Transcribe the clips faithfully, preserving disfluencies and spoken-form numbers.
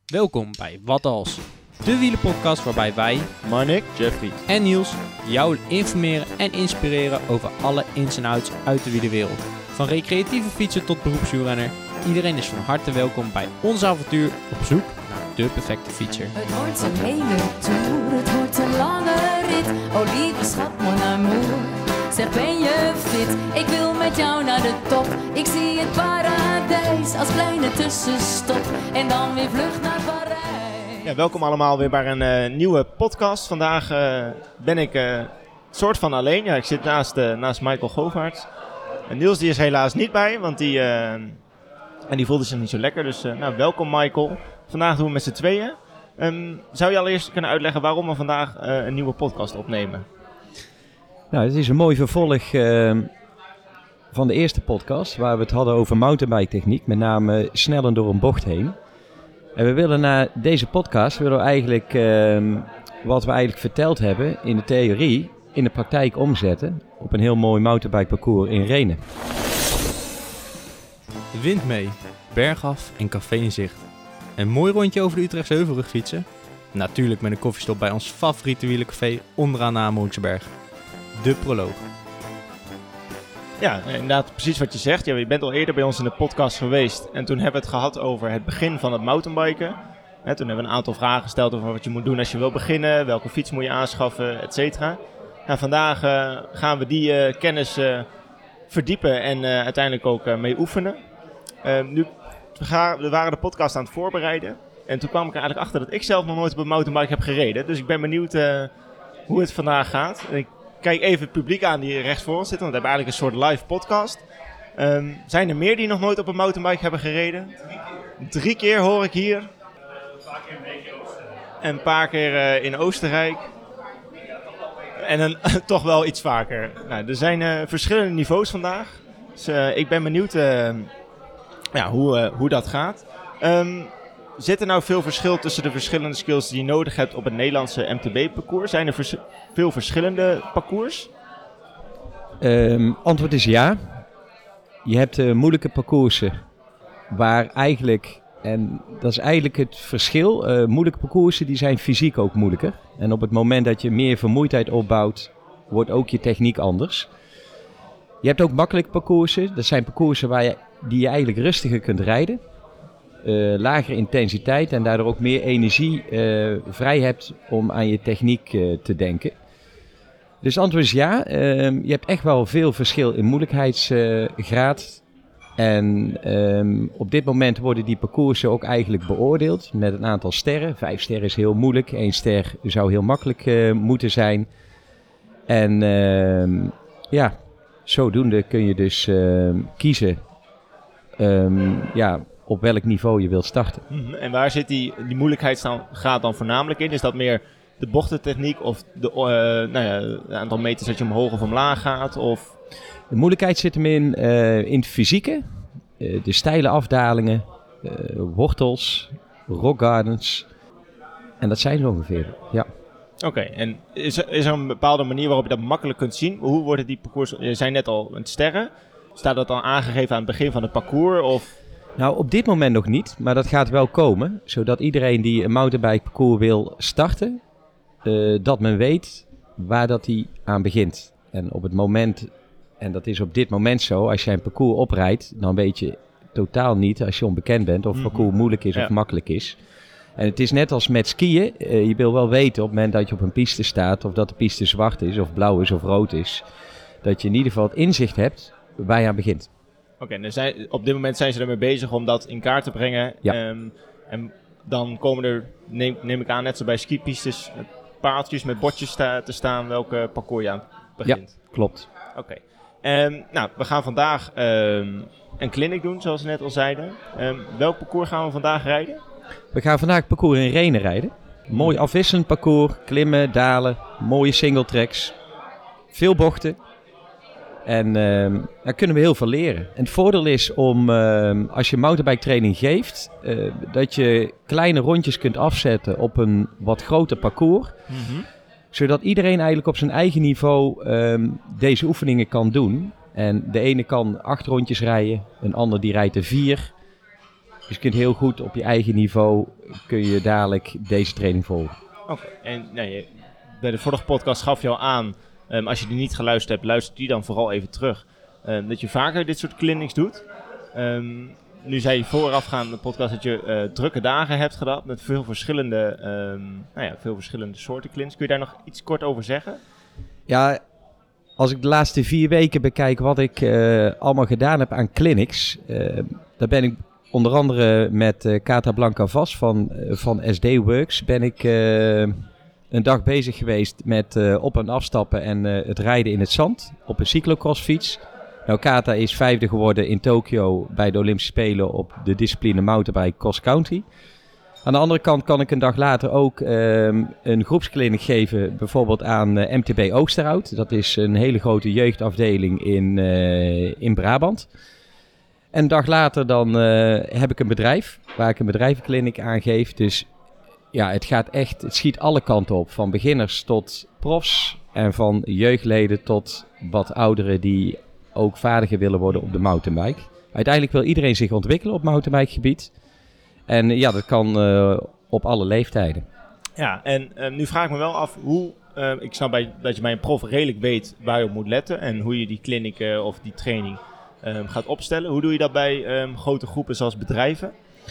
Welkom bij Wat Als, de wielerpodcast waarbij wij, Marnik, Jeffrey en Niels jou informeren en inspireren over alle ins en outs uit de wielerwereld. Van recreatieve fietser tot beroepswielrenner, iedereen is van harte welkom bij ons avontuur op zoek naar de perfecte fietser. Het wordt een hele tour, het wordt een lange rit. Oh lieve schat, mon amour, zeg ben je fit? Ik wil met jou naar de top, ik zie het paradijs als kleine tussenstop. En dan weer vlucht naar Parijs. Ja, welkom allemaal weer bij een uh, nieuwe podcast. Vandaag uh, ben ik uh, soort van alleen. Ja, ik zit naast, uh, naast Michael Govaerts. En Niels die is helaas niet bij, want die, uh, en die voelde zich niet zo lekker. Dus uh, nou, welkom Michael. Vandaag doen we met z'n tweeën. Um, zou je allereerst kunnen uitleggen waarom we vandaag uh, een nieuwe podcast opnemen? Nou, het is een mooi vervolg uh, van de eerste podcast, waar we het hadden over mountainbike techniek, met name snellen door een bocht heen. En we willen na deze podcast willen we eigenlijk uh, wat we eigenlijk verteld hebben in de theorie in de praktijk omzetten op een heel mooi mountainbike parcours in Rhenen. Wind mee, bergaf en café in zicht. Een mooi rondje over de Utrechtse Heuvelrug fietsen. Natuurlijk met een koffiestop bij ons favoriete wielercafé onderaan de Amerhoornseberg. De proloog. Ja, inderdaad precies wat je zegt. Ja, je bent al eerder bij ons in de podcast geweest. En toen hebben we het gehad over het begin van het mountainbiken. He, toen hebben we een aantal vragen gesteld over wat je moet doen als je wil beginnen. Welke fiets moet je aanschaffen, et cetera. Nou, vandaag uh, gaan we die uh, kennis uh, verdiepen en uh, uiteindelijk ook uh, mee oefenen. Uh, nu, we, gaan, we waren de podcast aan het voorbereiden. En toen kwam ik er eigenlijk achter dat ik zelf nog nooit op een mountainbike heb gereden. Dus ik ben benieuwd uh, hoe het vandaag gaat. En ik kijk even het publiek aan die rechts voor ons zit, want we hebben eigenlijk een soort live podcast. Um, zijn er meer die nog nooit op een mountainbike hebben gereden? Drie keer, Drie keer hoor ik hier. Een paar keer een beetje in Oostenrijk. En een paar keer uh, in Oostenrijk. En een, toch wel iets vaker. Nou, er zijn uh, verschillende niveaus vandaag. Dus uh, ik ben benieuwd uh, ja, hoe, uh, hoe dat gaat. Um, Zit er nou veel verschil tussen de verschillende skills die je nodig hebt op het Nederlandse M T B-parcours? Zijn er vers- veel verschillende parcours? Um, antwoord is ja. Je hebt uh, moeilijke parcoursen waar eigenlijk, en dat is eigenlijk het verschil, uh, moeilijke parcoursen die zijn fysiek ook moeilijker. En op het moment dat je meer vermoeidheid opbouwt, wordt ook je techniek anders. Je hebt ook makkelijke parcoursen. Dat zijn parcoursen waar je, die je eigenlijk rustiger kunt rijden. Uh, lagere intensiteit en daardoor ook meer energie uh, vrij hebt om aan je techniek uh, te denken. Dus het antwoord is ja. Uh, je hebt echt wel veel verschil in moeilijkheidsgraad. Uh, en um, op dit moment worden die parcoursen ook eigenlijk beoordeeld met een aantal sterren. Vijf sterren is heel moeilijk. Eén ster zou heel makkelijk uh, moeten zijn. En uh, ja, zodoende kun je dus uh, kiezen. Um, ja... op welk niveau je wilt starten. Mm-hmm. En waar zit die, die moeilijkheidsgraad dan voornamelijk in? Is dat meer de bochtentechniek of de, uh, nou ja, het aantal meters dat je omhoog of omlaag gaat? Of? De moeilijkheid zit hem in, uh, in het fysieke, uh, de steile afdalingen, uh, wortels, rock gardens. En dat zijn ze ongeveer, ja. Oké, okay, en is er, is er een bepaalde manier waarop je dat makkelijk kunt zien? Hoe worden die parcours, je zei net al, met sterren. Staat dat dan aangegeven aan het begin van het parcours? Of? Nou, op dit moment nog niet, maar dat gaat wel komen. Zodat iedereen die een mountainbike parcours wil starten, uh, dat men weet waar dat hij aan begint. En op het moment, en dat is op dit moment zo, als jij een parcours oprijdt, dan weet je totaal niet, als je onbekend bent, of het parcours mm-hmm. moeilijk is ja. of makkelijk is. En het is net als met skiën. Uh, je wil wel weten op het moment dat je op een piste staat, of dat de piste zwart is, of blauw is, of rood is, dat je in ieder geval het inzicht hebt waar je aan begint. Oké, okay, dus op dit moment zijn ze ermee bezig om dat in kaart te brengen. Ja. Um, en dan komen er, neem, neem ik aan, net zo bij skipistes, paaltjes met bordjes sta, te staan welke parcours je aan begint. Ja, klopt. Oké. Okay. Um, nou, we gaan vandaag um, een clinic doen, zoals we net al zeiden. Um, welk parcours gaan we vandaag rijden? We gaan vandaag het parcours in Rhenen rijden. Mooi afwisselend parcours, klimmen, dalen, mooie single tracks, veel bochten. En uh, daar kunnen we heel veel leren. En het voordeel is om, uh, als je mountainbike training geeft, uh, dat je kleine rondjes kunt afzetten op een wat groter parcours. Mm-hmm. Zodat iedereen eigenlijk op zijn eigen niveau um, deze oefeningen kan doen. En de ene kan acht rondjes rijden, een ander die rijdt er vier. Dus je kunt heel goed op je eigen niveau, kun je dadelijk deze training volgen. Oké, okay. En nee, bij de vorige podcast gaf je al aan, um, als je die niet geluisterd hebt, luister die dan vooral even terug. Um, dat je vaker dit soort clinics doet. Um, nu zei je voorafgaande podcast dat je uh, drukke dagen hebt gehad met veel verschillende, um, nou ja, veel verschillende soorten clinics. Kun je daar nog iets kort over zeggen? Ja, als ik de laatste vier weken bekijk wat ik uh, allemaal gedaan heb aan clinics, uh, daar ben ik onder andere met uh, Cata Blanca Vas van, uh, van S D Works ben ik uh, een dag bezig geweest met uh, op- en afstappen en uh, het rijden in het zand op een cyclocrossfiets. Nou, Cata is vijfde geworden in Tokio bij de Olympische Spelen op de discipline mountainbike cross country. Aan de andere kant kan ik een dag later ook um, een groepskliniek geven, bijvoorbeeld aan uh, M T B Oosterhout. Dat is een hele grote jeugdafdeling in, uh, in Brabant. En een dag later dan uh, heb ik een bedrijf, waar ik een bedrijvenkliniek aan geef. Dus ja, het gaat echt, het schiet alle kanten op. Van beginners tot profs en van jeugdleden tot wat ouderen die ook vaardiger willen worden op de mountainbike. Uiteindelijk wil iedereen zich ontwikkelen op mountainbikegebied. En ja, dat kan uh, op alle leeftijden. Ja, en uh, nu vraag ik me wel af hoe... Uh, ik snap bij, dat je bij een prof redelijk weet waar je op moet letten en hoe je die kliniek uh, of die training um, gaat opstellen. Hoe doe je dat bij um, grote groepen zoals bedrijven?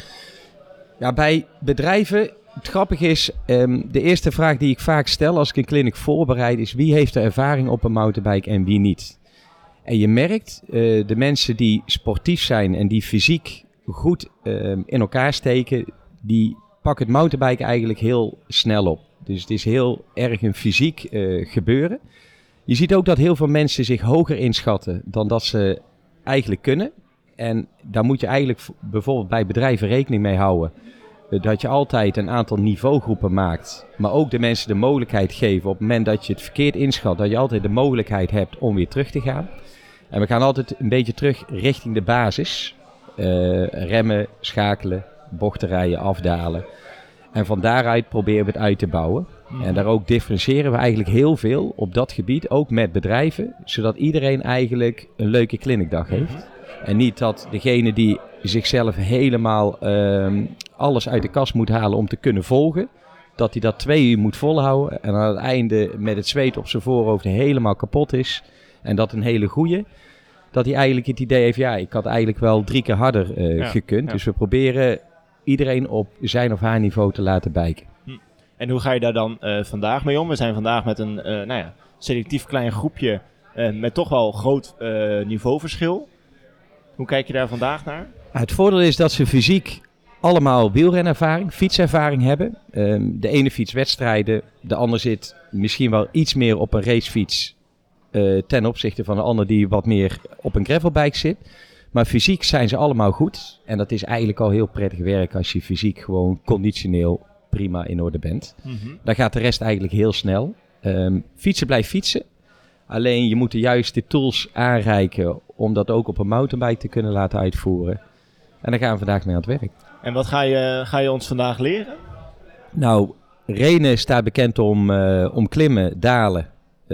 Ja, bij bedrijven, het grappige is, um, de eerste vraag die ik vaak stel als ik een kliniek voorbereid is: wie heeft er ervaring op een mountainbike en wie niet? En je merkt, uh, de mensen die sportief zijn en die fysiek goed uh, in elkaar steken, die pakken het mountainbiken eigenlijk heel snel op. Dus het is heel erg een fysiek uh, gebeuren. Je ziet ook dat heel veel mensen zich hoger inschatten dan dat ze eigenlijk kunnen. En daar moet je eigenlijk v- bijvoorbeeld bij bedrijven rekening mee houden. Uh, dat je altijd een aantal niveaugroepen maakt. Maar ook de mensen de mogelijkheid geven op het moment dat je het verkeerd inschat. Dat je altijd de mogelijkheid hebt om weer terug te gaan. En we gaan altijd een beetje terug richting de basis. Uh, remmen, schakelen, bochten rijden, afdalen. En van daaruit proberen we het uit te bouwen. Mm. En daar ook differentiëren we eigenlijk heel veel op dat gebied, ook met bedrijven, zodat iedereen eigenlijk een leuke clinicdag heeft. Mm-hmm. En niet dat degene die zichzelf helemaal um, alles uit de kast moet halen om te kunnen volgen, dat hij dat twee uur moet volhouden en aan het einde met het zweet op zijn voorhoofd helemaal kapot is. En dat een hele goeie. Dat hij eigenlijk het idee heeft, ja, ik had eigenlijk wel drie keer harder uh, ja, gekund. Ja. Dus we proberen iedereen op zijn of haar niveau te laten bijken. Hm. En hoe ga je daar dan uh, vandaag mee om? We zijn vandaag met een uh, nou ja, selectief klein groepje uh, met toch wel groot uh, niveauverschil. Hoe kijk je daar vandaag naar? Het voordeel is dat ze fysiek allemaal wielrenervaring, fietservaring hebben. Um, de ene fiets wedstrijden, de ander zit misschien wel iets meer op een racefiets uh, ten opzichte van de ander die wat meer op een gravelbike zit. Maar fysiek zijn ze allemaal goed. En dat is eigenlijk al heel prettig werk als je fysiek gewoon conditioneel prima in orde bent. Mm-hmm. Dan gaat de rest eigenlijk heel snel. Um, fietsen blijft fietsen. Alleen je moet de juiste tools aanreiken om dat ook op een mountainbike te kunnen laten uitvoeren. En daar gaan we vandaag mee aan het werk. En wat ga je, ga je ons vandaag leren? Nou, Renen staat bekend om, uh, om klimmen, dalen,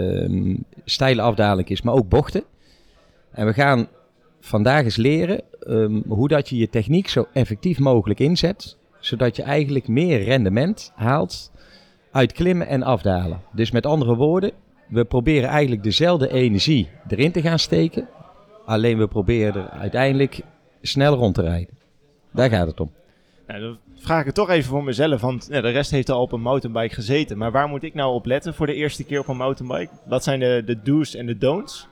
um, steile afdalingjes, maar ook bochten. En we gaan vandaag eens leren um, hoe dat je je techniek zo effectief mogelijk inzet, zodat je eigenlijk meer rendement haalt uit klimmen en afdalen. Dus met andere woorden, we proberen eigenlijk dezelfde energie erin te gaan steken, alleen we proberen er uiteindelijk snel rond te rijden. Daar gaat het om. Nou, dan vraag ik het toch even voor mezelf, want ja, de rest heeft al op een mountainbike gezeten. Maar waar moet ik nou op letten voor de eerste keer op een mountainbike? Wat zijn de, de do's en de don'ts?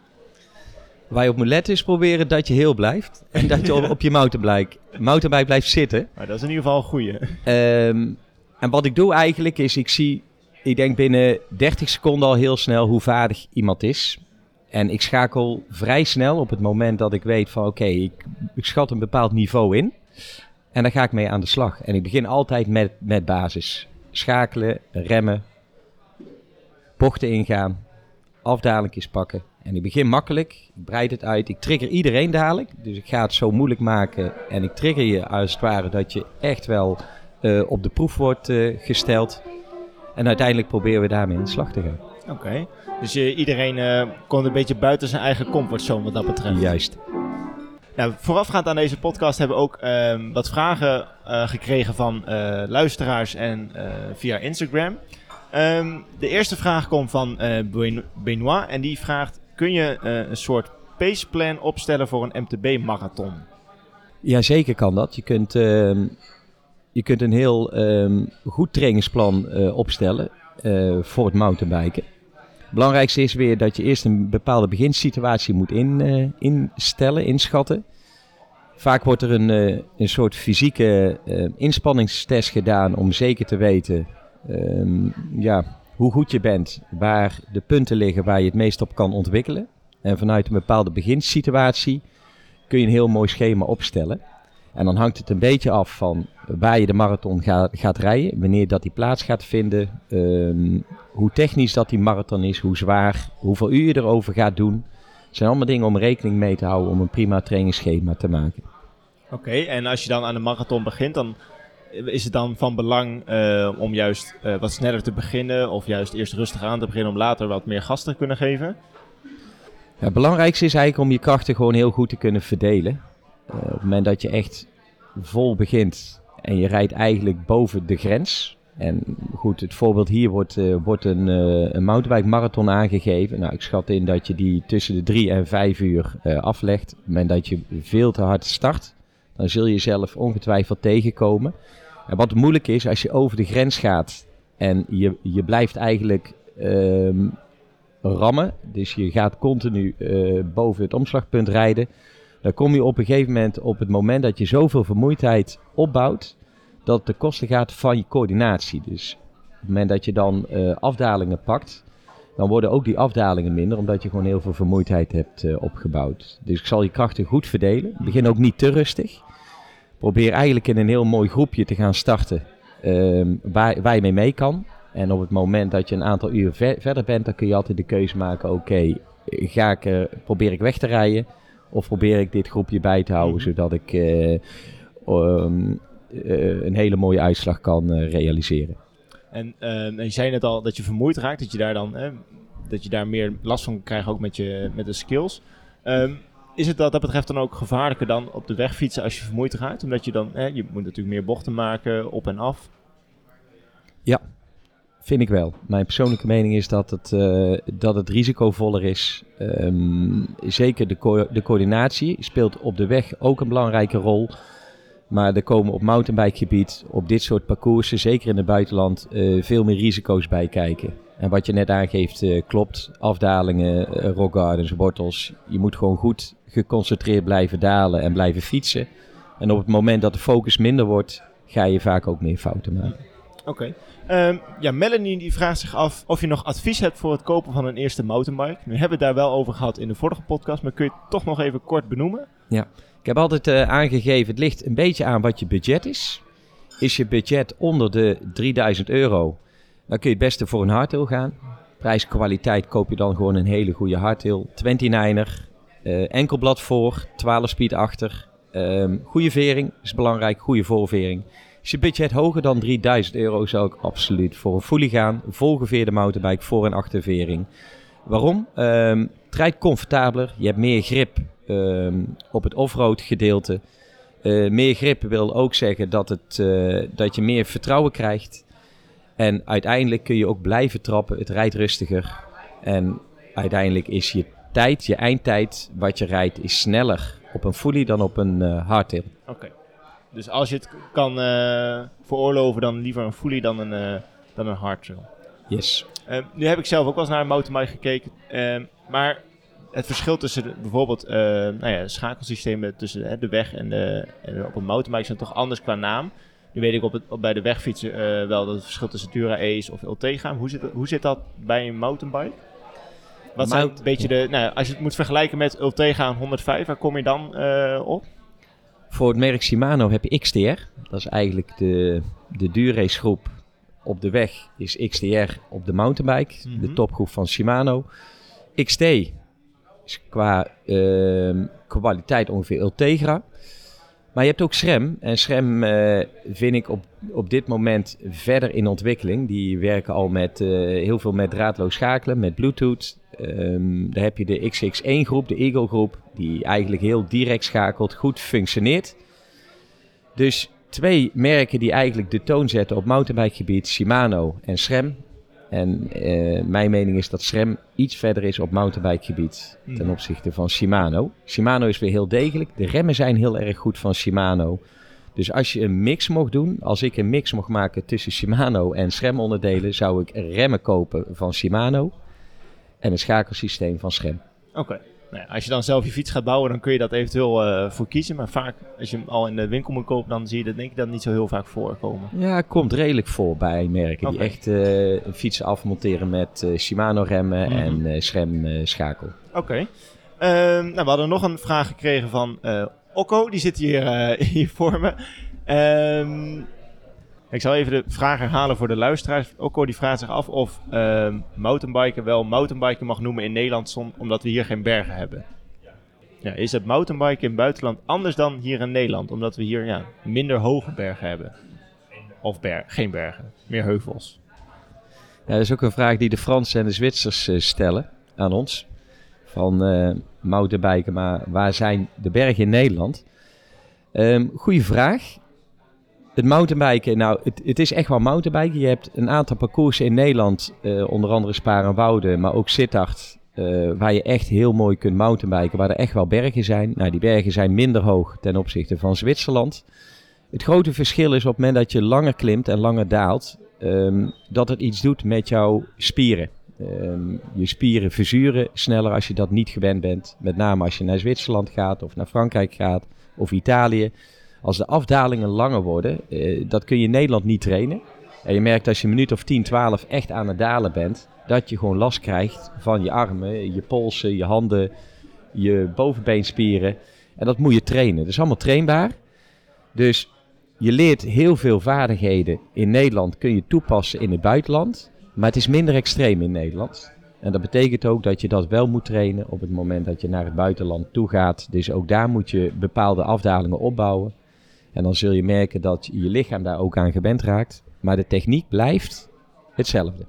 Waar je op moet letten is proberen dat je heel blijft. En dat je op, op je mountainbike, mountainbike blijft zitten. Maar dat is in ieder geval een goeie. Um, en wat ik doe eigenlijk is, ik zie, ik denk binnen dertig seconden al heel snel hoe vaardig iemand is. En ik schakel vrij snel op het moment dat ik weet van oké, okay, ik, ik schat een bepaald niveau in. En daar ga ik mee aan de slag. En ik begin altijd met, met basis. Schakelen, remmen, bochten ingaan, afdalingjes pakken. En ik begin makkelijk, ik breid het uit, ik trigger iedereen dadelijk. Dus ik ga het zo moeilijk maken en ik trigger je als het ware dat je echt wel uh, op de proef wordt uh, gesteld. En uiteindelijk proberen we daarmee in de slag te gaan. Oké, okay. Dus je, iedereen uh, komt een beetje buiten zijn eigen comfortzone wat dat betreft. Juist. Nou, voorafgaand aan deze podcast hebben we ook um, wat vragen uh, gekregen van uh, luisteraars en uh, via Instagram. Um, de eerste vraag komt van uh, Benoit en die vraagt: kun je uh, een soort paceplan opstellen voor een M T B-marathon? Ja, zeker kan dat. Je kunt, uh, je kunt een heel uh, goed trainingsplan uh, opstellen uh, voor het mountainbiken. Het belangrijkste is weer dat je eerst een bepaalde beginsituatie moet in, uh, instellen, inschatten. Vaak wordt er een, uh, een soort fysieke uh, inspanningstest gedaan om zeker te weten um, ja, hoe goed je bent, waar de punten liggen waar je het meest op kan ontwikkelen. En vanuit een bepaalde beginsituatie kun je een heel mooi schema opstellen. En dan hangt het een beetje af van waar je de marathon ga, gaat rijden, wanneer dat die plaats gaat vinden, um, hoe technisch dat die marathon is, hoe zwaar, hoeveel uur je erover gaat doen. Het zijn allemaal dingen om rekening mee te houden om een prima trainingsschema te maken. Oké, okay, en als je dan aan de marathon begint, dan is het dan van belang uh, om juist uh, wat sneller te beginnen of juist eerst rustig aan te beginnen om later wat meer gas te kunnen geven? Ja, het belangrijkste is eigenlijk om je krachten gewoon heel goed te kunnen verdelen. Uh, op het moment dat je echt vol begint en je rijdt eigenlijk boven de grens. En goed, het voorbeeld hier wordt, uh, wordt een, uh, een mountainbike marathon aangegeven. Nou, ik schat in dat je die tussen de drie en vijf uur uh, aflegt. Op het moment dat je veel te hard start, dan zul je jezelf ongetwijfeld tegenkomen. En wat moeilijk is, als je over de grens gaat en je, je blijft eigenlijk uh, rammen. Dus je gaat continu uh, boven het omslagpunt rijden. Dan kom je op een gegeven moment op het moment dat je zoveel vermoeidheid opbouwt, dat het ten koste gaat van je coördinatie. Dus op het moment dat je dan uh, afdalingen pakt, dan worden ook die afdalingen minder, omdat je gewoon heel veel vermoeidheid hebt uh, opgebouwd. Dus ik zal je krachten goed verdelen. Begin ook niet te rustig. Probeer eigenlijk in een heel mooi groepje te gaan starten uh, waar, waar je mee mee kan. En op het moment dat je een aantal uur ver, verder bent, dan kun je altijd de keuze maken, oké, okay, ga ik uh, probeer ik weg te rijden of probeer ik dit groepje bij te houden, mm-hmm. zodat ik uh, um, uh, een hele mooie uitslag kan uh, realiseren. En uh, je zei net al dat je vermoeid raakt, dat je daar dan eh, dat je daar meer last van krijgt ook met, je, met de skills. Um, is het dat dat betreft dan ook gevaarlijker dan op de weg fietsen als je vermoeid raakt? Omdat je dan, eh, je moet natuurlijk meer bochten maken, op en af. Ja, vind ik wel. Mijn persoonlijke mening is dat het, uh, dat het risicovoller is. Um, zeker de, co- de coördinatie speelt op de weg ook een belangrijke rol. Maar er komen op mountainbikegebied, op dit soort parcoursen, zeker in het buitenland, uh, veel meer risico's bij kijken. En wat je net aangeeft uh, klopt. Afdalingen, uh, rock gardens, wortels. Je moet gewoon goed geconcentreerd blijven dalen en blijven fietsen. En op het moment dat de focus minder wordt, ga je vaak ook meer fouten maken. Oké. Okay. Um, ja, Melanie die vraagt zich af of je nog advies hebt voor het kopen van een eerste mountainbike. Nu hebben we het daar wel over gehad in de vorige podcast, maar kun je het toch nog even kort benoemen? Ja, ik heb altijd uh, aangegeven, het ligt een beetje aan wat je budget is. Is je budget onder de drieduizend euro, dan kun je het beste voor een hardtail gaan. Prijs-kwaliteit koop je dan gewoon een hele goede hardtail. twenty-niner, uh, enkelblad voor, twaalf speed achter. Um, goede vering is belangrijk, goede voorvering. Is je budget hoger dan drieduizend euro, zou ik absoluut voor een fully gaan. Volgeveerde mountainbike, voor- en achtervering. Waarom? Um, het rijdt comfortabeler, je hebt meer grip um, op het offroad gedeelte. Uh, meer grip wil ook zeggen dat, het, uh, dat je meer vertrouwen krijgt. En uiteindelijk kun je ook blijven trappen, het rijdt rustiger. En uiteindelijk is je tijd, je eindtijd wat je rijdt, is sneller op een fully dan op een uh, hardtail. Oké. Okay. Dus als je het kan uh, veroorloven, dan liever een fully dan een, uh, dan een hardtail. Yes. Uh, nu heb ik zelf ook wel eens naar een mountainbike gekeken. Uh, maar het verschil tussen de, bijvoorbeeld uh, nou ja, schakelsystemen tussen uh, de weg en, de, en op een mountainbike zijn toch anders qua naam. Nu weet ik op het, op, bij de wegfietsen uh, wel dat het verschil tussen Dura Ace of Ultegra. Hoe zit, hoe zit dat bij een mountainbike? Wat zijn een beetje de, nou, als je het moet vergelijken met Ultegra en honderdvijf, waar kom je dan uh, op? Voor het merk Shimano heb je X T R. Dat is eigenlijk de, de duurrace groep op de weg, is X T R op de mountainbike. Mm-hmm. De topgroep van Shimano. X T is qua uh, kwaliteit ongeveer Ultegra. Maar je hebt ook SRAM. En SRAM uh, vind ik op, op dit moment verder in ontwikkeling. Die werken al met uh, heel veel met draadloos schakelen, met Bluetooth. Um, daar heb je de X X één groep, de Eagle groep, die eigenlijk heel direct schakelt, goed functioneert. Dus twee merken die eigenlijk de toon zetten op mountainbikegebied, Shimano en SRAM. En uh, mijn mening is dat SRAM iets verder is op mountainbikegebied mm. ten opzichte van Shimano. Shimano is weer heel degelijk. De remmen zijn heel erg goed van Shimano. Dus als je een mix mocht doen, als ik een mix mocht maken tussen Shimano en SRAM onderdelen, zou ik remmen kopen van Shimano en een schakelsysteem van SRAM. Oké. Okay. Nou ja, als je dan zelf je fiets gaat bouwen, dan kun je dat eventueel uh, voor kiezen. Maar vaak, als je hem al in de winkel moet kopen, dan zie je dat denk ik dat niet zo heel vaak voorkomen. Ja, het komt redelijk voor bij merken okay. die echt uh, een fiets afmonteren met uh, Shimano remmen mm-hmm. en uh, SRAM uh, schakel. Oké. Okay. Uh, nou, we hadden nog een vraag gekregen van uh, Okko, die zit hier, uh, hier voor me. Um, ik zal even de vraag herhalen voor de luisteraars. Okko die vraagt zich af of uh, mountainbiken wel mountainbiken mag noemen in Nederland, som, omdat we hier geen bergen hebben. Ja, is het mountainbiken in het buitenland anders dan hier in Nederland? Omdat we hier ja, minder hoge bergen hebben. Of ber- geen bergen, meer heuvels. Ja, dat is ook een vraag die de Fransen en de Zwitsers uh, stellen aan ons. Van uh, mountainbiken, maar waar zijn de bergen in Nederland? Um, goeie vraag. Het mountainbiken, nou, het, het is echt wel mountainbiken. Je hebt een aantal parcoursen in Nederland, uh, onder andere Spaar en Woude, maar ook Sittard, uh, waar je echt heel mooi kunt mountainbiken, waar er echt wel bergen zijn. Nou, die bergen zijn minder hoog ten opzichte van Zwitserland. Het grote verschil is op het moment dat je langer klimt en langer daalt, um, dat het iets doet met jouw spieren. Um, je spieren verzuren sneller als je dat niet gewend bent. Met name als je naar Zwitserland gaat of naar Frankrijk gaat of Italië. Als de afdalingen langer worden, uh, dat kun je in Nederland niet trainen. En je merkt als je een minuut of tien, twaalf echt aan het dalen bent, dat je gewoon last krijgt van je armen, je polsen, je handen, je bovenbeenspieren. En dat moet je trainen. Dat is allemaal trainbaar. Dus je leert heel veel vaardigheden in Nederland, kun je toepassen in het buitenland. Maar het is minder extreem in Nederland. En dat betekent ook dat je dat wel moet trainen op het moment dat je naar het buitenland toe gaat. Dus ook daar moet je bepaalde afdalingen opbouwen. En dan zul je merken dat je lichaam daar ook aan gewend raakt. Maar de techniek blijft hetzelfde.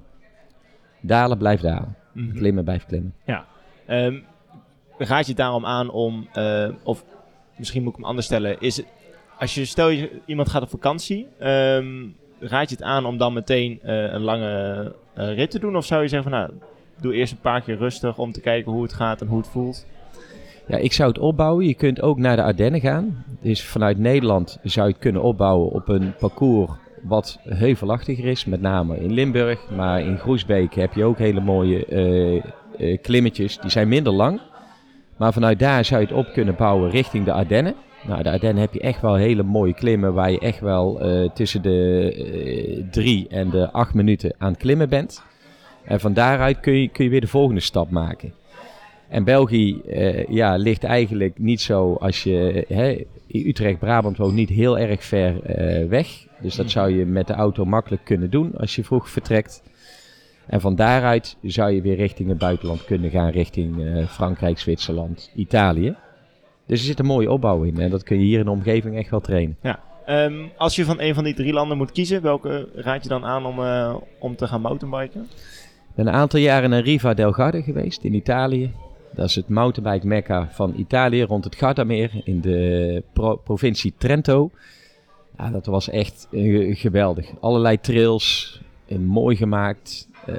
Dalen blijft dalen. Mm-hmm. Klimmen blijft klimmen. Ja. Um, raad je het daarom aan om, uh, of misschien moet ik hem anders stellen. Is het, als je, stel je iemand gaat op vakantie, um, raad je het aan om dan meteen uh, een lange uh, rit te doen? Of zou je zeggen van nou, doe eerst een paar keer rustig om te kijken hoe het gaat en hoe het voelt? Ja, ik zou het opbouwen. Je kunt ook naar de Ardennen gaan. Dus vanuit Nederland zou je het kunnen opbouwen op een parcours wat heuvelachtiger is. Met name in Limburg. Maar in Groesbeek heb je ook hele mooie uh, uh, klimmetjes. Die zijn minder lang. Maar vanuit daar zou je het op kunnen bouwen richting de Ardennen. Nou, de Ardennen heb je echt wel hele mooie klimmen waar je echt wel uh, tussen de uh, drie en de acht minuten aan het klimmen bent. En van daaruit kun je, kun je weer de volgende stap maken. En België uh, ja, ligt eigenlijk niet zo als je hè, in Utrecht-Brabant woont niet heel erg ver uh, weg. Dus dat zou je met de auto makkelijk kunnen doen als je vroeg vertrekt. En van daaruit zou je weer richting het buitenland kunnen gaan, richting uh, Frankrijk, Zwitserland, Italië. Dus er zit een mooie opbouw in en dat kun je hier in de omgeving echt wel trainen. Ja. Um, als je van een van die drie landen moet kiezen, welke raad je dan aan om, uh, om te gaan mountainbiken? Ik ben een aantal jaren naar Riva del Garda geweest in Italië. Dat is het mountainbike mekka van Italië rond het Gardameer in de pro- provincie Trento. Ja, dat was echt uh, geweldig. Allerlei trails, uh, mooi gemaakt, uh,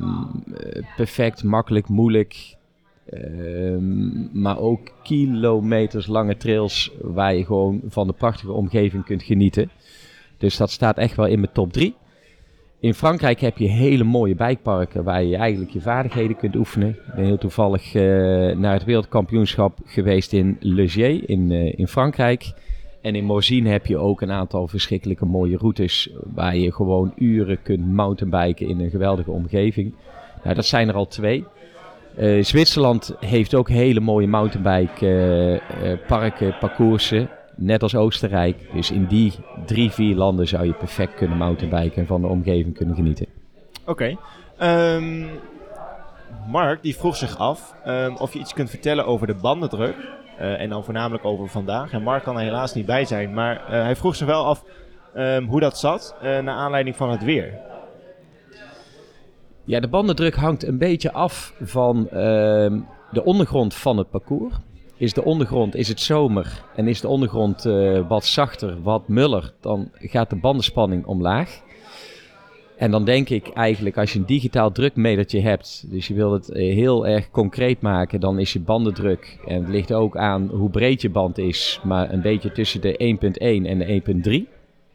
uh, perfect, makkelijk, moeilijk. Uh, maar ook kilometers lange trails waar je gewoon van de prachtige omgeving kunt genieten. Dus dat staat echt wel in mijn top drie. In Frankrijk heb je hele mooie bikeparken waar je eigenlijk je vaardigheden kunt oefenen. Ik ben heel toevallig uh, naar het wereldkampioenschap geweest in Le Gier in, uh, in Frankrijk. En in Morzine heb je ook een aantal verschrikkelijke mooie routes waar je gewoon uren kunt mountainbiken in een geweldige omgeving. Nou, dat zijn er al twee. Uh, Zwitserland heeft ook hele mooie mountainbike uh, uh, parken, parcoursen. Net als Oostenrijk. Dus in die drie, vier landen zou je perfect kunnen mountainbiken en van de omgeving kunnen genieten. Oké. Okay. Um, Mark die vroeg zich af um, of je iets kunt vertellen over de bandendruk. Uh, en dan voornamelijk over vandaag. En Mark kan er helaas niet bij zijn. Maar uh, hij vroeg zich wel af um, hoe dat zat uh, naar aanleiding van het weer. Ja, de bandendruk hangt een beetje af van uh, de ondergrond van het parcours. Is de ondergrond, is het zomer en is de ondergrond uh, wat zachter, wat muller, dan gaat de bandenspanning omlaag. En dan denk ik eigenlijk, als je een digitaal drukmetertje hebt, dus je wil het heel erg concreet maken, dan is je bandendruk, en het ligt ook aan hoe breed je band is, maar een beetje tussen de één komma één en de één komma drie.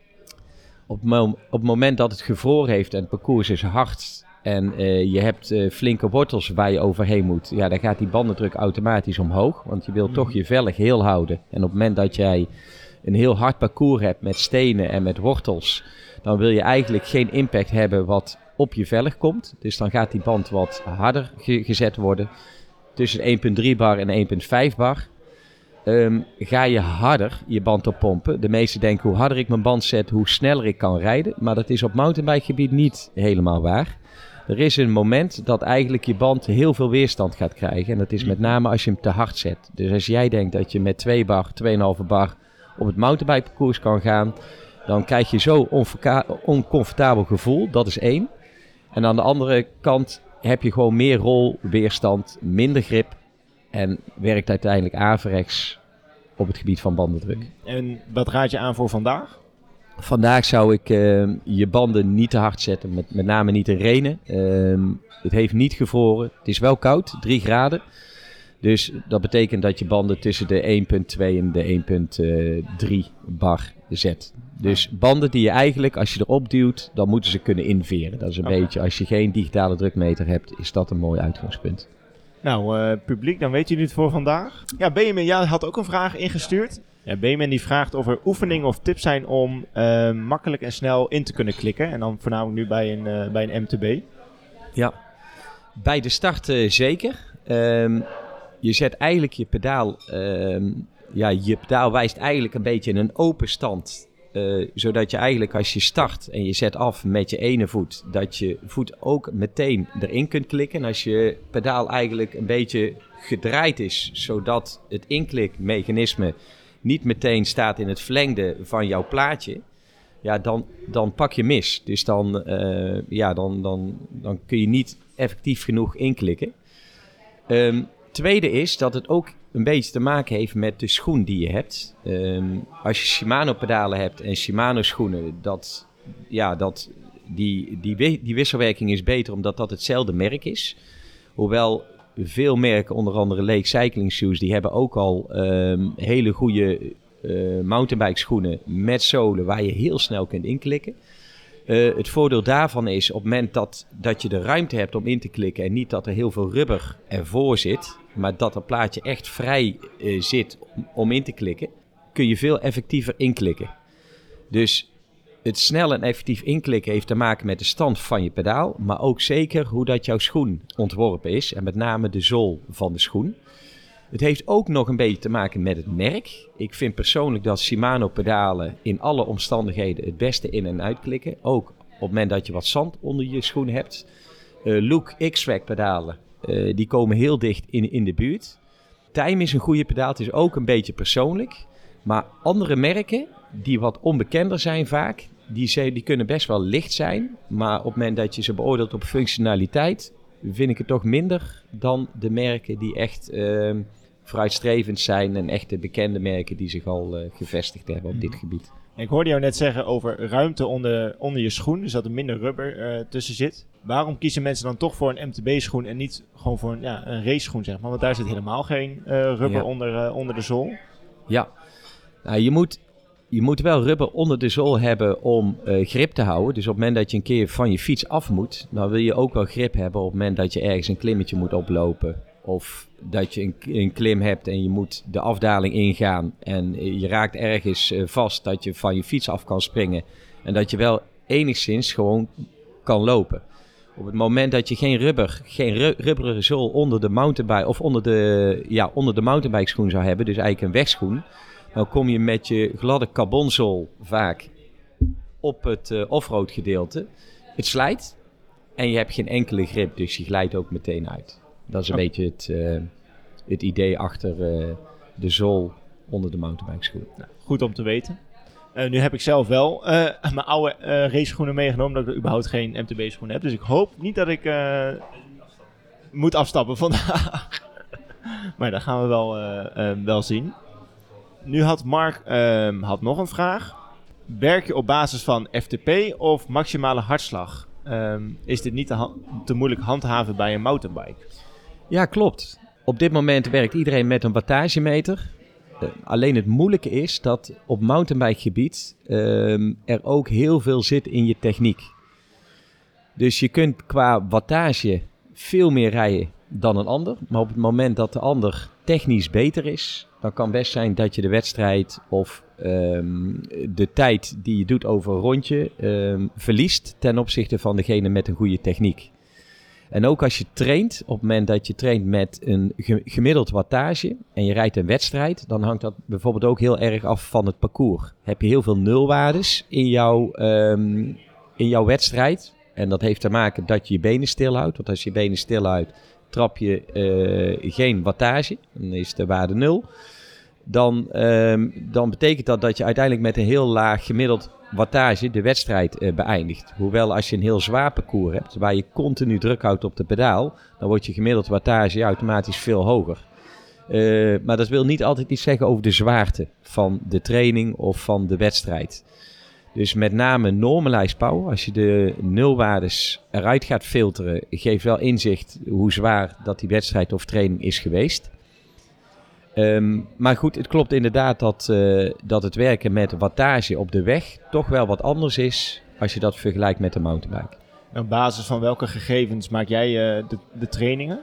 Op, mo- op het moment dat het gevroren heeft en het parcours is hard en uh, je hebt uh, flinke wortels waar je overheen moet, ja, dan gaat die bandendruk automatisch omhoog, want je wilt toch je velg heel houden. En op het moment dat jij een heel hard parcours hebt met stenen en met wortels, dan wil je eigenlijk geen impact hebben wat op je velg komt. Dus dan gaat die band wat harder ge- gezet worden. Tussen één komma drie bar en één komma vijf bar. Um, ga je harder je band oppompen. De meesten denken, hoe harder ik mijn band zet, hoe sneller ik kan rijden. Maar dat is op mountainbikegebied niet helemaal waar. Er is een moment dat eigenlijk je band heel veel weerstand gaat krijgen. En dat is met name als je hem te hard zet. Dus als jij denkt dat je met twee bar, twee komma vijf bar op het mountainbikeparcours kan gaan, dan krijg je zo'n onverka- oncomfortabel gevoel. Dat is één. En aan de andere kant heb je gewoon meer rolweerstand, minder grip. En werkt uiteindelijk averechts op het gebied van bandendruk. En wat raad je aan voor vandaag? Vandaag zou ik uh, je banden niet te hard zetten. Met, met name niet in renen. Uh, het heeft niet gevroren. Het is wel koud, drie graden. Dus dat betekent dat je banden tussen de één komma twee en de één komma drie bar zet. Dus banden die je eigenlijk, als je erop duwt, dan moeten ze kunnen inveren. Dat is een okay. beetje, als je geen digitale drukmeter hebt, is dat een mooi uitgangspunt. Nou, uh, publiek, dan weet jullie het voor vandaag. Ja, Benjamin, jij had ook een vraag ingestuurd. Ja, Benjamin die vraagt of er oefeningen of tips zijn om uh, makkelijk en snel in te kunnen klikken. En dan voornamelijk nu bij een, uh, bij een M T B. Ja, bij de start uh, zeker. Um, je zet eigenlijk je pedaal, um, ja, je pedaal wijst eigenlijk een beetje in een open stand. Uh, zodat je eigenlijk als je start en je zet af met je ene voet, dat je voet ook meteen erin kunt klikken. En als je pedaal eigenlijk een beetje gedraaid is, zodat het inklikmechanisme niet meteen staat in het verlengde van jouw plaatje, ja, dan, dan pak je mis. Dus dan, uh, ja, dan, dan, dan kun je niet effectief genoeg inklikken. Um, tweede is dat het ook een beetje te maken heeft met de schoen die je hebt. Um, als je Shimano pedalen hebt en Shimano schoenen, dat, ja, dat, die, die, die wisselwerking is beter omdat dat hetzelfde merk is. Hoewel veel merken, onder andere Lake Cycling Shoes, die hebben ook al um, hele goede uh, mountainbike schoenen met zolen waar je heel snel kunt inklikken. Uh, het voordeel daarvan is op het moment dat, dat je de ruimte hebt om in te klikken en niet dat er heel veel rubber ervoor zit, maar dat het plaatje echt vrij uh, zit om, om in te klikken, kun je veel effectiever inklikken. Dus het snel en effectief inklikken heeft te maken met de stand van je pedaal, maar ook zeker hoe dat jouw schoen ontworpen is en met name de zool van de schoen. Het heeft ook nog een beetje te maken met het merk. Ik vind persoonlijk dat Shimano pedalen in alle omstandigheden het beste in- en uitklikken. Ook op het moment dat je wat zand onder je schoen hebt. Uh, Look X-Track pedalen, uh, die komen heel dicht in, in de buurt. Time is een goede pedaal, het is ook een beetje persoonlijk. Maar andere merken, die wat onbekender zijn vaak, die, die kunnen best wel licht zijn. Maar op het moment dat je ze beoordeelt op functionaliteit, vind ik het toch minder dan de merken die echt uh, vooruitstrevend zijn en echte bekende merken die zich al uh, gevestigd hebben op dit gebied. Ik hoorde jou net zeggen over ruimte onder, onder je schoen, dus dat er minder rubber uh, tussen zit. Waarom kiezen mensen dan toch voor een M T B-schoen en niet gewoon voor een, ja, een race-schoen, zeg maar? Want daar zit helemaal geen uh, rubber ja. onder, uh, onder de zool. Ja, nou, je moet... Je moet wel rubber onder de zool hebben om uh, grip te houden. Dus op het moment dat je een keer van je fiets af moet, dan wil je ook wel grip hebben op het moment dat je ergens een klimmetje moet oplopen. Of dat je een, een klim hebt en je moet de afdaling ingaan en je raakt ergens uh, vast dat je van je fiets af kan springen. En dat je wel enigszins gewoon kan lopen. Op het moment dat je geen rubber, geen ru- rubberen zool onder de mountainbike of onder de, ja, onder de mountainbike schoen zou hebben, dus eigenlijk een wegschoen, dan kom je met je gladde carbonzool vaak op het uh, offroad gedeelte. Het slijt en je hebt geen enkele grip, dus je glijdt ook meteen uit. Dat is een oh. beetje het, uh, het idee achter uh, de zool onder de mountainbike schoen. Nou, goed om te weten. Uh, nu heb ik zelf wel uh, mijn oude uh, raceschoenen meegenomen, dat ik überhaupt geen M T B schoenen heb. Dus ik hoop niet dat ik uh, moet afstappen vandaag. Maar dat gaan we wel, uh, uh, wel zien. Nu had Mark uh, had nog een vraag. Werk je op basis van F T P of maximale hartslag? Um, is dit niet te, ha- te moeilijk handhaven bij een mountainbike? Ja, klopt. Op dit moment werkt iedereen met een wattagemeter. Uh, alleen het moeilijke is dat op mountainbikegebied uh, er ook heel veel zit in je techniek. Dus je kunt qua wattage veel meer rijden dan een ander. Maar op het moment dat de ander technisch beter is, dan kan best zijn dat je de wedstrijd of um, de tijd die je doet over een rondje um, verliest ten opzichte van degene met een goede techniek. En ook als je traint, op het moment dat je traint met een gemiddeld wattage en je rijdt een wedstrijd, dan hangt dat bijvoorbeeld ook heel erg af van het parcours. Heb je heel veel nulwaardes in jouw, um, in jouw wedstrijd en dat heeft te maken dat je je benen stilhoudt. Want als je je benen stilhoudt, trap je uh, geen wattage, dan is de waarde nul. Dan, um, dan betekent dat dat je uiteindelijk met een heel laag gemiddeld wattage de wedstrijd uh, beëindigt. Hoewel als je een heel zwaar parcours hebt, waar je continu druk houdt op de pedaal, dan wordt je gemiddeld wattage automatisch veel hoger. Uh, maar dat wil niet altijd iets zeggen over de zwaarte van de training of van de wedstrijd. Dus met name normalized power, als je de nulwaardes eruit gaat filteren, geeft wel inzicht hoe zwaar dat die wedstrijd of training is geweest. Um, maar goed, het klopt inderdaad dat, uh, dat het werken met wattage op de weg toch wel wat anders is als je dat vergelijkt met de mountainbike. En op basis van welke gegevens maak jij uh, de, de trainingen?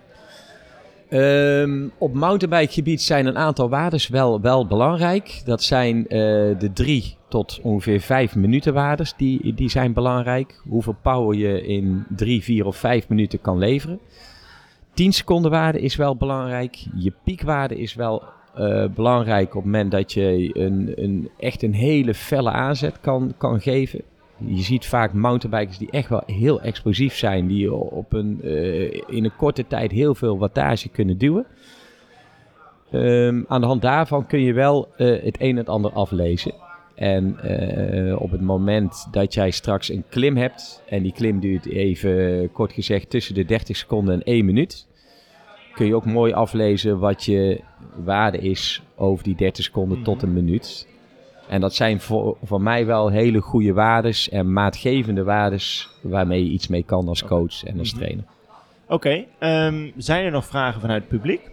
Um, op mountainbikegebied zijn een aantal waardes wel, wel belangrijk. Dat zijn uh, de drie tot ongeveer vijf minuten waardes, die, die zijn belangrijk. Hoeveel power je in drie, vier of vijf minuten kan leveren. tien seconden waarde is wel belangrijk. Je piekwaarde is wel uh, belangrijk op het moment dat je een, een, echt een hele felle aanzet kan, kan geven. Je ziet vaak mountainbikers die echt wel heel explosief zijn, die op een, uh, in een korte tijd heel veel wattage kunnen duwen. Um, aan de hand daarvan kun je wel uh, het een en het ander aflezen. En uh, op het moment dat jij straks een klim hebt, en die klim duurt even kort gezegd tussen de dertig seconden en één minuut, kun je ook mooi aflezen wat je waarde is over die dertig seconden mm-hmm. tot een minuut. En dat zijn voor, voor mij wel hele goede waardes en maatgevende waardes waarmee je iets mee kan als coach en als trainer. Oké, okay, um, zijn er nog vragen vanuit het publiek?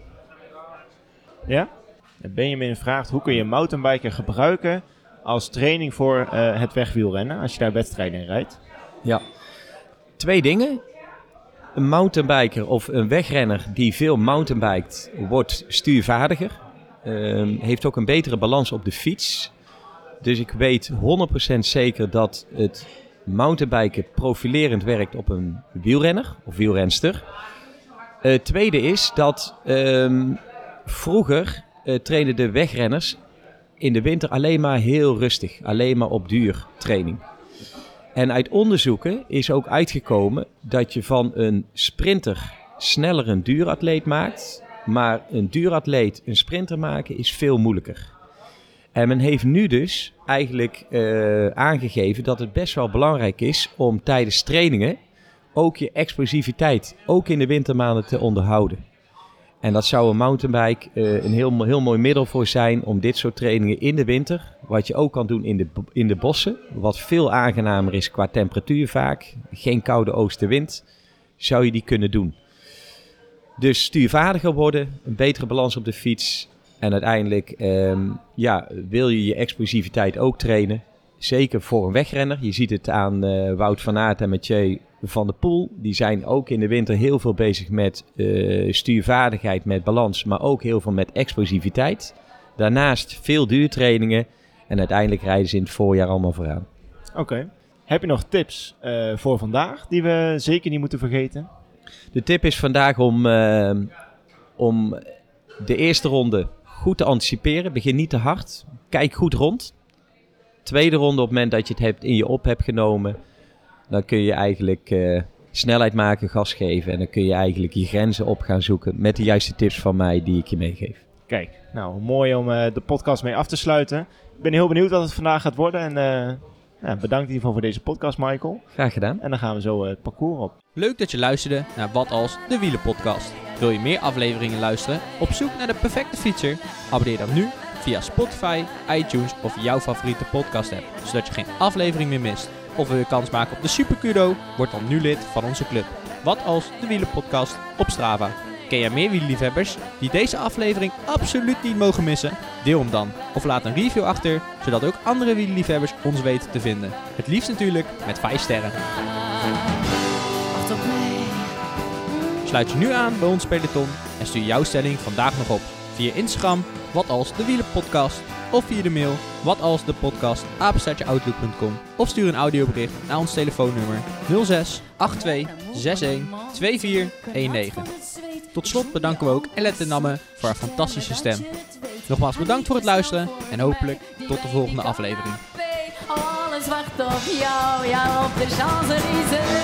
Ja? Benjamin vraagt, hoe kun je mountainbiken gebruiken als training voor uh, het wegwielrennen, als je daar wedstrijden in rijdt? Ja, twee dingen. Een mountainbiker of een wegrenner die veel mountainbikt wordt stuurvaardiger. Um, heeft ook een betere balans op de fiets. Dus ik weet honderd procent zeker dat het mountainbiken profilerend werkt op een wielrenner of wielrenster. Het uh, tweede is dat um, vroeger uh, trainen de wegrenners in de winter alleen maar heel rustig. Alleen maar op duurtraining. En uit onderzoeken is ook uitgekomen dat je van een sprinter sneller een duuratleet maakt. Maar een duuratleet een sprinter maken is veel moeilijker. En men heeft nu dus eigenlijk uh, aangegeven dat het best wel belangrijk is om tijdens trainingen ook je explosiviteit, ook in de wintermaanden, te onderhouden. En dat zou een mountainbike uh, een heel, heel mooi middel voor zijn om dit soort trainingen in de winter, wat je ook kan doen in de, in de bossen, wat veel aangenamer is qua temperatuur vaak, geen koude oostenwind, zou je die kunnen doen. Dus stuurvaardiger worden, een betere balans op de fiets. En uiteindelijk um, ja, wil je je explosiviteit ook trainen. Zeker voor een wegrenner. Je ziet het aan uh, Wout van Aert en Mathieu van der Poel. Die zijn ook in de winter heel veel bezig met uh, stuurvaardigheid, met balans. Maar ook heel veel met explosiviteit. Daarnaast veel duurtrainingen. En uiteindelijk rijden ze in het voorjaar allemaal vooraan. Oké. Okay. Heb je nog tips uh, voor vandaag die we zeker niet moeten vergeten? De tip is vandaag om, uh, om de eerste ronde goed te anticiperen. Begin niet te hard. Kijk goed rond. Tweede ronde, op het moment dat je het hebt in je op hebt genomen, dan kun je eigenlijk uh, snelheid maken, gas geven. En dan kun je eigenlijk je grenzen op gaan zoeken met de juiste tips van mij die ik je meegeef. Kijk, nou mooi om uh, de podcast mee af te sluiten. Ik ben heel benieuwd wat het vandaag gaat worden. En uh, ja, bedankt in ieder geval voor deze podcast, Michael. Graag gedaan. En dan gaan we zo uh, het parcours op. Leuk dat je luisterde naar Wat Als, de Wielenpodcast. Wil je meer afleveringen luisteren? Op zoek naar de perfecte fietser? Abonneer dan nu via Spotify, iTunes of jouw favoriete podcast app, zodat je geen aflevering meer mist. Of wil je kans maken op de Super Kudo? Word dan nu lid van onze club. Wat Als, de Wielenpodcast op Strava. Ken jij meer wielerliefhebbers die deze aflevering absoluut niet mogen missen? Deel hem dan of laat een review achter, zodat ook andere wielerliefhebbers ons weten te vinden. Het liefst natuurlijk met vijf sterren. Wacht op mij. Sluit je nu aan bij ons peloton en stuur jouw stelling vandaag nog op via Instagram, Wat Als de Wielerpodcast, of via de mail watalsdepodcast apenstaartje outlook punt com, of stuur een audiobericht naar ons telefoonnummer nul zes acht twee zes een twee vier een negen. Tot slot bedanken we ook Elette Namme voor haar fantastische stem. Nogmaals bedankt voor het luisteren en hopelijk tot de volgende aflevering. Alles wacht op jou, ja op de Champs-Élysées.